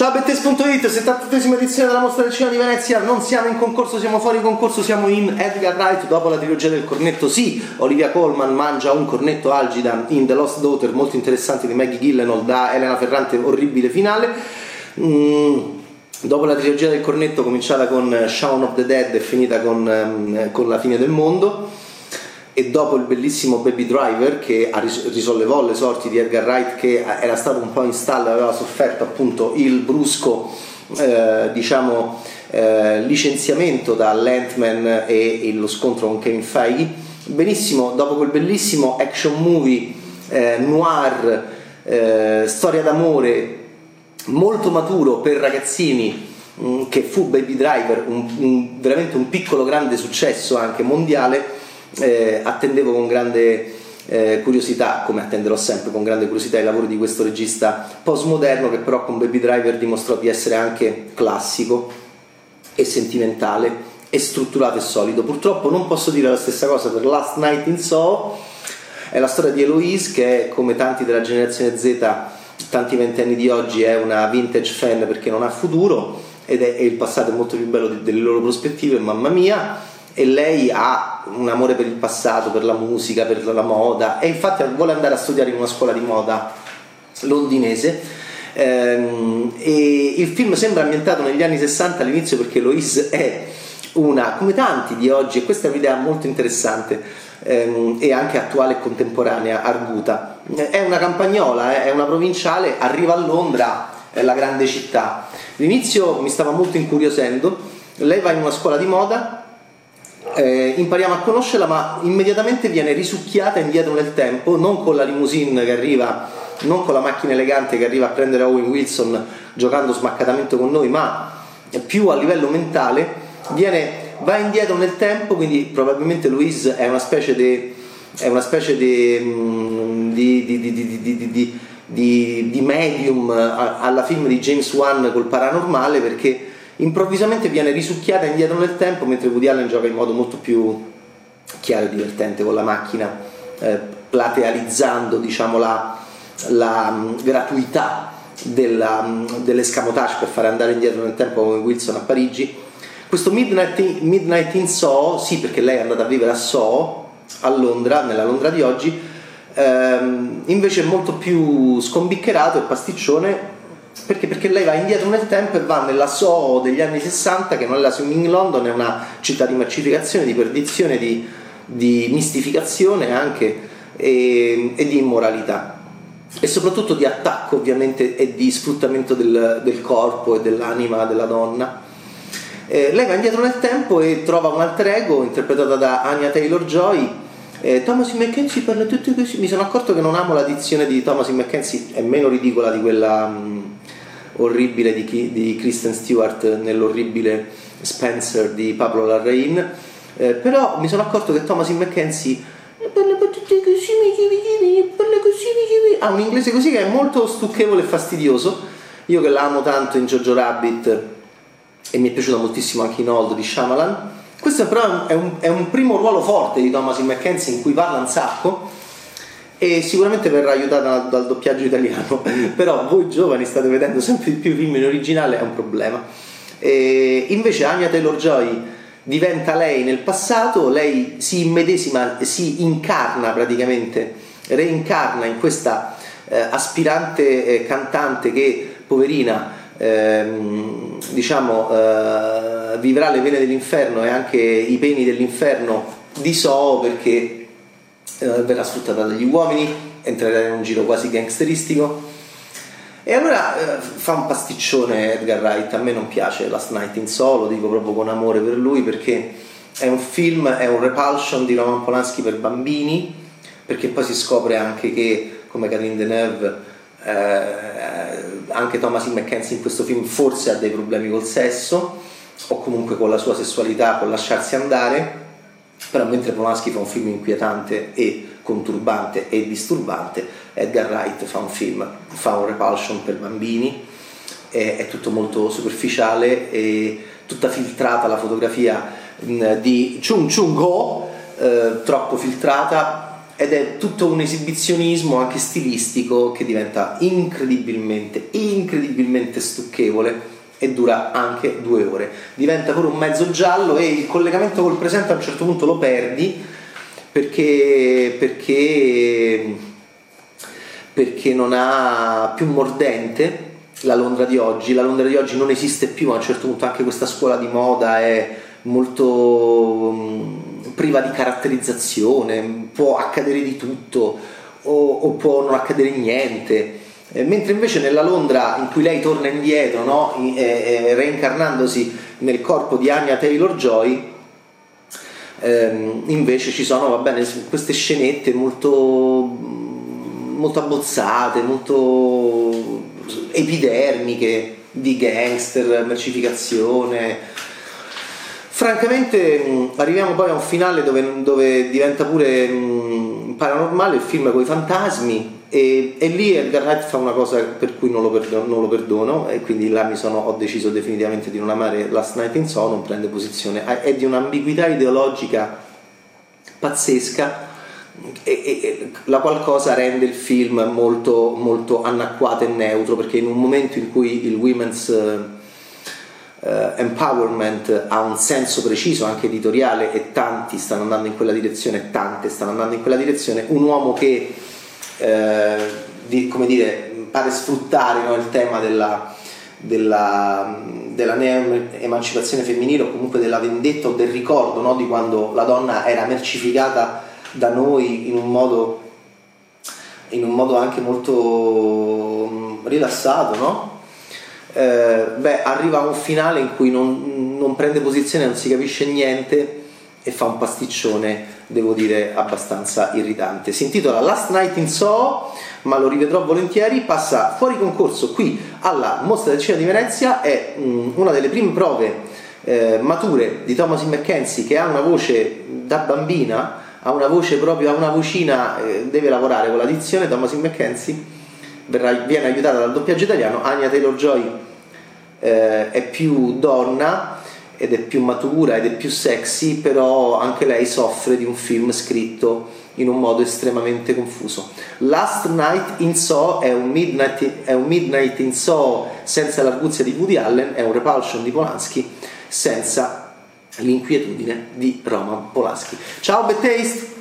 Ciao Bettes.it, 78esima edizione della Mostra del Cinema di Venezia. Non siamo in concorso, siamo fuori concorso, siamo in Edgar Wright dopo la trilogia del cornetto. Sì, Olivia Colman mangia un cornetto algida in The Lost Daughter, molto interessante, di Maggie Gyllenhaal, da Elena Ferrante, orribile finale. Dopo la trilogia del cornetto, cominciata con Shaun of the Dead e finita con la fine del mondo, e dopo il bellissimo Baby Driver, che risollevò le sorti di Edgar Wright, che era stato un po' in stallo e aveva sofferto appunto il brusco licenziamento da Ant-Man e lo scontro con Kevin Feige. Benissimo, dopo quel bellissimo action movie noir, storia d'amore molto maturo per ragazzini, che fu Baby Driver, veramente un piccolo grande successo anche mondiale. Attendevo con grande curiosità, come attenderò sempre con grande curiosità, il lavoro di questo regista postmoderno, che però con Baby Driver dimostrò di essere anche classico e sentimentale e strutturato e solido. Purtroppo non posso dire la stessa cosa per Last Night in Soho. È la storia di Eloise, che come tanti della generazione Z, tanti ventenni di oggi, è una vintage fan perché non ha futuro, e il passato è molto più bello delle loro prospettive, mamma mia. E lei ha un amore per il passato, per la musica, per la moda, e infatti vuole andare a studiare in una scuola di moda londinese. E il film sembra ambientato negli anni 60 all'inizio, perché Eloise è una, come tanti di oggi, e questa è un'idea molto interessante e anche attuale e contemporanea, arguta. È una campagnola, è una provinciale, arriva a Londra, è la grande città. L'inizio mi stava molto incuriosendo. Lei va in una scuola di moda, impariamo a conoscerla, ma immediatamente viene risucchiata indietro nel tempo, non con la limousine che arriva, non con la macchina elegante che arriva a prendere Owen Wilson giocando smaccatamente con noi, ma più a livello mentale. Va indietro nel tempo, quindi probabilmente Louise è una specie di medium alla film di James Wan col paranormale, perché improvvisamente viene risucchiata indietro nel tempo, mentre Woody Allen gioca in modo molto più chiaro e divertente con la macchina, platealizzando, diciamo, la gratuità dell'escamotage per fare andare indietro nel tempo come Wilson a Parigi. Questo Midnight in Soho, sì, perché lei è andata a vivere a Soho, a Londra, nella Londra di oggi, invece è molto più scombiccherato e pasticcione, perché lei va indietro nel tempo e va nella Soho degli anni 60, che non è la Swinging London, è una città di massificazione, di perdizione, di mistificazione anche, e di immoralità, e soprattutto di attacco, ovviamente, e di sfruttamento del corpo e dell'anima della donna. Lei va indietro nel tempo e trova un alter ego interpretata da Anya Taylor-Joy. Thomasin McKenzie parla tutto così. Mi sono accorto che non amo la dizione di Thomasin McKenzie, è meno ridicola di quella orribile di Kristen Stewart nell'orribile Spencer di Pablo Larraín, però mi sono accorto che Thomasin McKenzie parla così, ha un inglese così che è molto stucchevole e fastidioso. Io che la amo tanto in Jojo Rabbit, e mi è piaciuto moltissimo anche in Old di Shyamalan. Questo però è un primo ruolo forte di Thomasin McKenzie, in cui parla un sacco, e sicuramente verrà aiutata dal doppiaggio italiano. Però voi giovani state vedendo sempre di più film in originale, è un problema. E invece Anya Taylor-Joy diventa lei nel passato, lei si immedesima, si incarna praticamente, reincarna in questa aspirante cantante che, poverina, vivrà le pene dell'inferno e anche i peni dell'inferno di Soho, perché verrà sfruttata dagli uomini, entrerà in un giro quasi gangsteristico. E allora fa un pasticcione Edgar Wright. A me non piace Last Night in Soho, lo dico proprio con amore per lui, perché è un film, è un repulsion di Roman Polanski per bambini, perché poi si scopre anche che, come Catherine Deneuve, anche Thomasin McKenzie in questo film forse ha dei problemi col sesso, o comunque con la sua sessualità, con lasciarsi andare. Però mentre Polanski fa un film inquietante e conturbante e disturbante, Edgar Wright fa un repulsion per bambini, è tutto molto superficiale e tutta filtrata la fotografia di Chung Chung-ho, troppo filtrata, ed è tutto un esibizionismo anche stilistico che diventa incredibilmente stucchevole e dura anche 2 ore. Diventa pure un mezzo giallo e il collegamento col presente a un certo punto lo perdi perché non ha più mordente la Londra di oggi. La Londra di oggi non esiste più, a un certo punto anche questa scuola di moda è molto priva di caratterizzazione, può accadere di tutto o può non accadere niente, mentre invece nella Londra in cui lei torna indietro, no? Reincarnandosi nel corpo di Anya Taylor-Joy, invece ci sono, va bene, queste scenette molto abbozzate, molto epidermiche di gangster, mercificazione. Francamente arriviamo poi a un finale dove diventa pure paranormale il film con i fantasmi e lì Edgar Wright fa una cosa per cui non lo perdono, e quindi là ho deciso definitivamente di non amare Last Night in Soho. Non prende posizione, è di un'ambiguità ideologica pazzesca, e la qual cosa rende il film molto, molto anacquato e neutro, perché in un momento in cui il women's empowerment ha un senso preciso anche editoriale e tanti stanno andando in quella direzione, tante stanno andando in quella direzione, un uomo che come dire, pare sfruttare, no, il tema della neo-emancipazione femminile, o comunque della vendetta o del ricordo, no, di quando la donna era mercificata da noi in un modo anche molto rilassato, no? Arriva a un finale in cui non prende posizione, non si capisce niente e fa un pasticcione, devo dire, abbastanza irritante. Si intitola Last Night in Soho, ma lo rivedrò volentieri. Passa fuori concorso qui alla Mostra del Cinema di Venezia, è una delle prime prove mature di Thomasin McKenzie, che ha una voce da bambina, ha una voce proprio, ha una vocina, deve lavorare con la dizione. Thomasin McKenzie viene aiutata dal doppiaggio italiano. Anya Taylor-Joy è più donna ed è più matura ed è più sexy, però anche lei soffre di un film scritto in un modo estremamente confuso. Last Night in Soho è un Midnight in Soho senza l'arguzia di Woody Allen, è un Repulsion di Polanski senza l'inquietudine di Roman Polanski. Ciao, Bad Taste!